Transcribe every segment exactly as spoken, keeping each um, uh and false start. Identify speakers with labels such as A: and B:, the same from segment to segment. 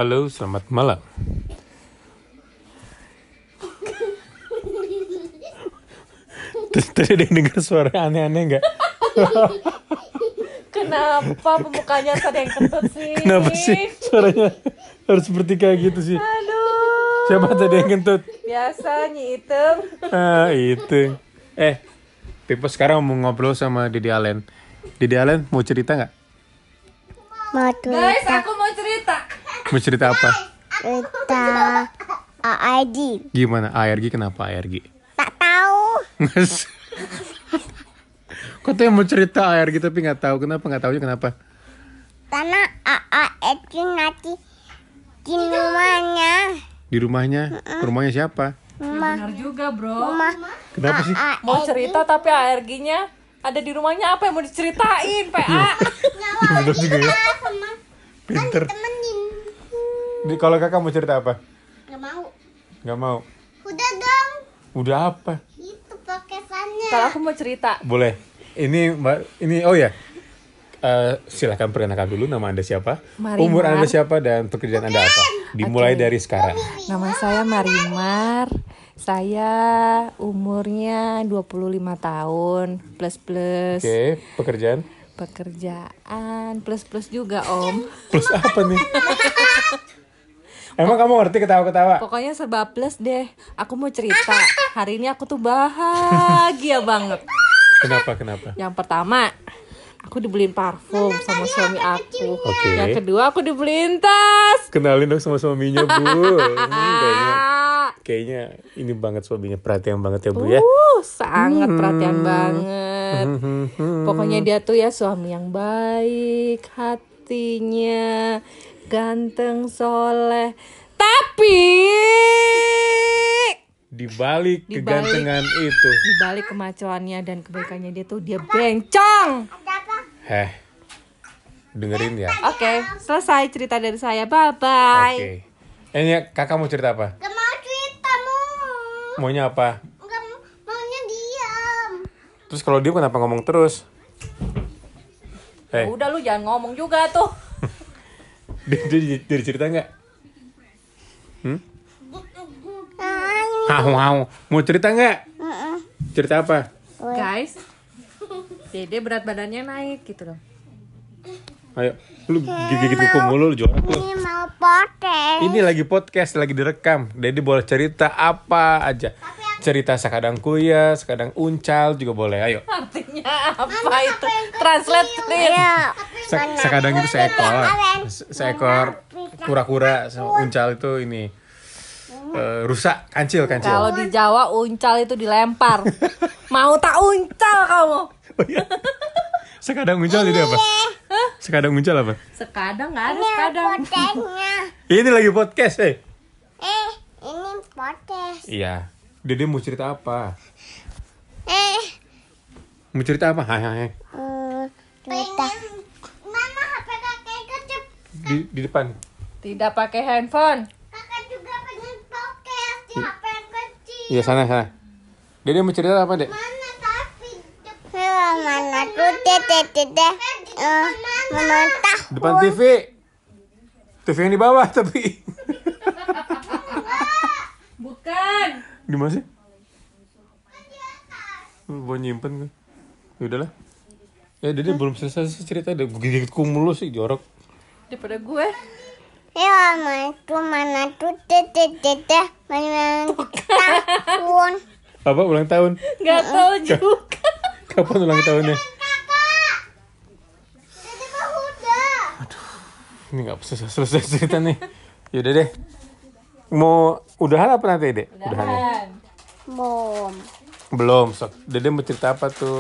A: Halo, selamat malam. Tadi ada yang dengar suara aneh-aneh nggak?
B: Kenapa pembukanya ada yang kentut sih?
A: Kenapa sih suaranya harus seperti kayak gitu sih?
B: Aduh.
A: Siapa tadi yang kentut?
B: Biasa Nyi Item.
A: Ah, itu. Eh, Pipo sekarang mau ngobrol sama Didi Allen. Didi Allen mau cerita nggak?
C: Mau
B: Guys,
C: cerita
B: aku mau cerita.
A: Mau cerita apa?
C: cerita A I D.
A: Gimana? A R G kenapa A R G?
C: Tak tahu.
A: Kok tuh yang mau cerita A R G tapi nggak tahu kenapa? Nggak tahunya kenapa?
C: Karena A A itu nanti di rumahnya.
A: Di rumahnya? Rumahnya siapa?
C: Rumah,
B: Benar juga, Bro.
C: rumah
A: Kenapa sih?
C: A A
B: Mau cerita tapi A R G-nya ada di rumahnya, apa yang mau diceritain, P A?
A: Bener juga ya.
C: sama
A: Pinter.
C: temenin.
A: Di, kalau kakak mau cerita apa?
C: Gak mau.
A: Nggak mau.
C: Udah dong.
A: Udah apa?
C: Itu paketannya.
B: Kalau aku mau cerita.
A: Boleh. Ini mbak, ini oh ya. Eh, silakan perkenalkan dulu nama Anda siapa,
B: Marimar.
A: umur Anda siapa, dan pekerjaan Anda apa. Dimulai
B: Oke.
A: dari sekarang.
B: Nama saya Marimar. Saya umurnya dua puluh lima tahun plus plus.
A: Oke, pekerjaan.
B: Pekerjaan plus plus juga, Om.
A: Plus apa nih? Emang kamu ngerti ketawa-ketawa?
B: Pokoknya serba plus deh. Aku mau cerita. Hari ini aku tuh bahagia banget.
A: Kenapa, kenapa?
B: Yang pertama, aku dibeliin parfum sama suami aku.
A: Oke.
B: Yang kedua, aku dibeliin tas.
A: Kenalin dong sama suaminya, Bu. Hmm, kayaknya,
B: Ah,
A: kayaknya ini banget suaminya, perhatian banget ya, Bu ya.
B: uh, sangat perhatian banget.
A: Hmm,
B: Pokoknya dia tuh ya suami yang baik hatinya, ganteng, soleh. Tapi
A: Di balik
B: Di balik-
A: kegantengan itu.
B: di balik kemacuannya dan kebaikannya dia tuh dia bencong.
A: Heh, dengerin ya.
B: Oke, selesai cerita dari saya. Bye bye.
A: Oke. Eh, ini kakak mau cerita apa?
C: Gak mau ceritamu.
A: Maunya apa?
C: Gak maunya diam.
A: Terus kalau dia kenapa ngomong terus? Eh,
B: Udah lu jangan ngomong juga tuh.
A: dia, dia, dia cerita nggak? Hmm? Mau, mau. Mau cerita nggak? Cerita apa?
B: Guys, Dede berat badannya naik gitu loh.
A: Ayo, lu gigit kuku mulu, lu jorok lu.
C: Ini mau potes.
A: Ini lagi podcast, lagi direkam. Jadi boleh cerita apa aja. Cerita sekadang kuya, sekadang uncal juga boleh. Ayo.
B: Artinya apa itu? Translate please.
C: Iya.
A: Se- sekadang itu seekor. Se- Seekor kura-kura sama uncal itu ini eh, rusak, kancil, kancil.
B: Kalau di Jawa uncal itu dilempar. Mau tak uncal kamu?
A: Oh, iya. Sekadang uncal jadi apa? Sekadang uncal apa?
B: Sekadang nggak ada
C: Ini
B: sekadang.
C: potesnya.
A: Ini lagi podcast, eh.
C: Eh, ini potes.
A: Iya. Dede mau cerita apa?
C: Eh,
A: Mau cerita apa? Hai, hai.
C: eh, cerita. Mana H P kakek kecep?
A: Di, di depan.
B: Tidak pakai handphone.
C: Kakak juga pengen potes di H P yang kecil.
A: Iya, sana, sana. Dede mau cerita apa, Dek?
C: Mana tapi? Ya, mana tuh dede dede? Eh, mana tahu?
A: Depan T V. T V yang di bawah tapi.
B: Bukan.
A: Di mana sih? Lu mau nyimpen kan? Ya udahlah. Ya Dede belum selesai cerita, udah gigit kumul sih jorok.
B: Daripada gue.
C: Ya, mana tuh mana tuh dede dede? Mana tahun?
A: Apa ulang tahun?
B: Nggak tahu juga.
A: Kapan ulang tahunnya?
C: Dede mah udah.
A: Ini nggak selesai, selesai cerita nih. Yaudah deh. Mau udahan apa nanti, Dek? Udahannya.
B: Udahan.
C: Bom.
A: Belum. Sok. Dede mau cerita apa tuh?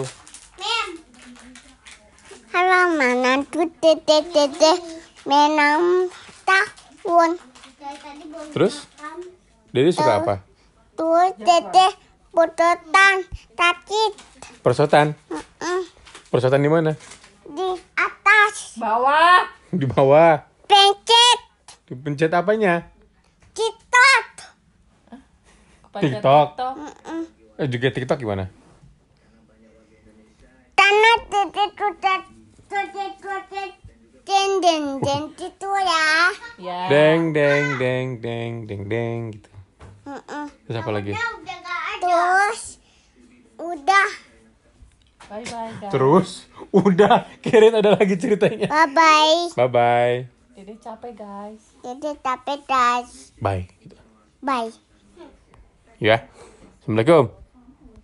C: Halo, mana tuh dede dede? Menang tahun.
A: Terus? Dede suka apa?
C: Tuh dede pututan takit.
A: Persotan.
C: Mm,
A: Persotan di mana?
C: di atas
B: Bawah.
A: Di bawah.
C: pencet
A: Dipencet apanya?
C: citot.
B: Pencet
A: TikTok.
B: TikTok.
A: Eh juga TikTok gimana?
C: Tanah dede tutet tutet tutet Den den den itu ya.
B: Ya.
A: Deng deng deng deng deng deng gitu.
C: Mm-mm.
A: Terus apa lagi?
C: Terus udah.
B: Bye bye guys.
A: Terus udah, kirain ada lagi ceritanya.
C: Bye bye.
A: Bye bye.
B: Dede capek guys.
C: Jadi tapi das.
A: Bye. Gitu.
C: Bye.
A: Ya. Assalamualaikum.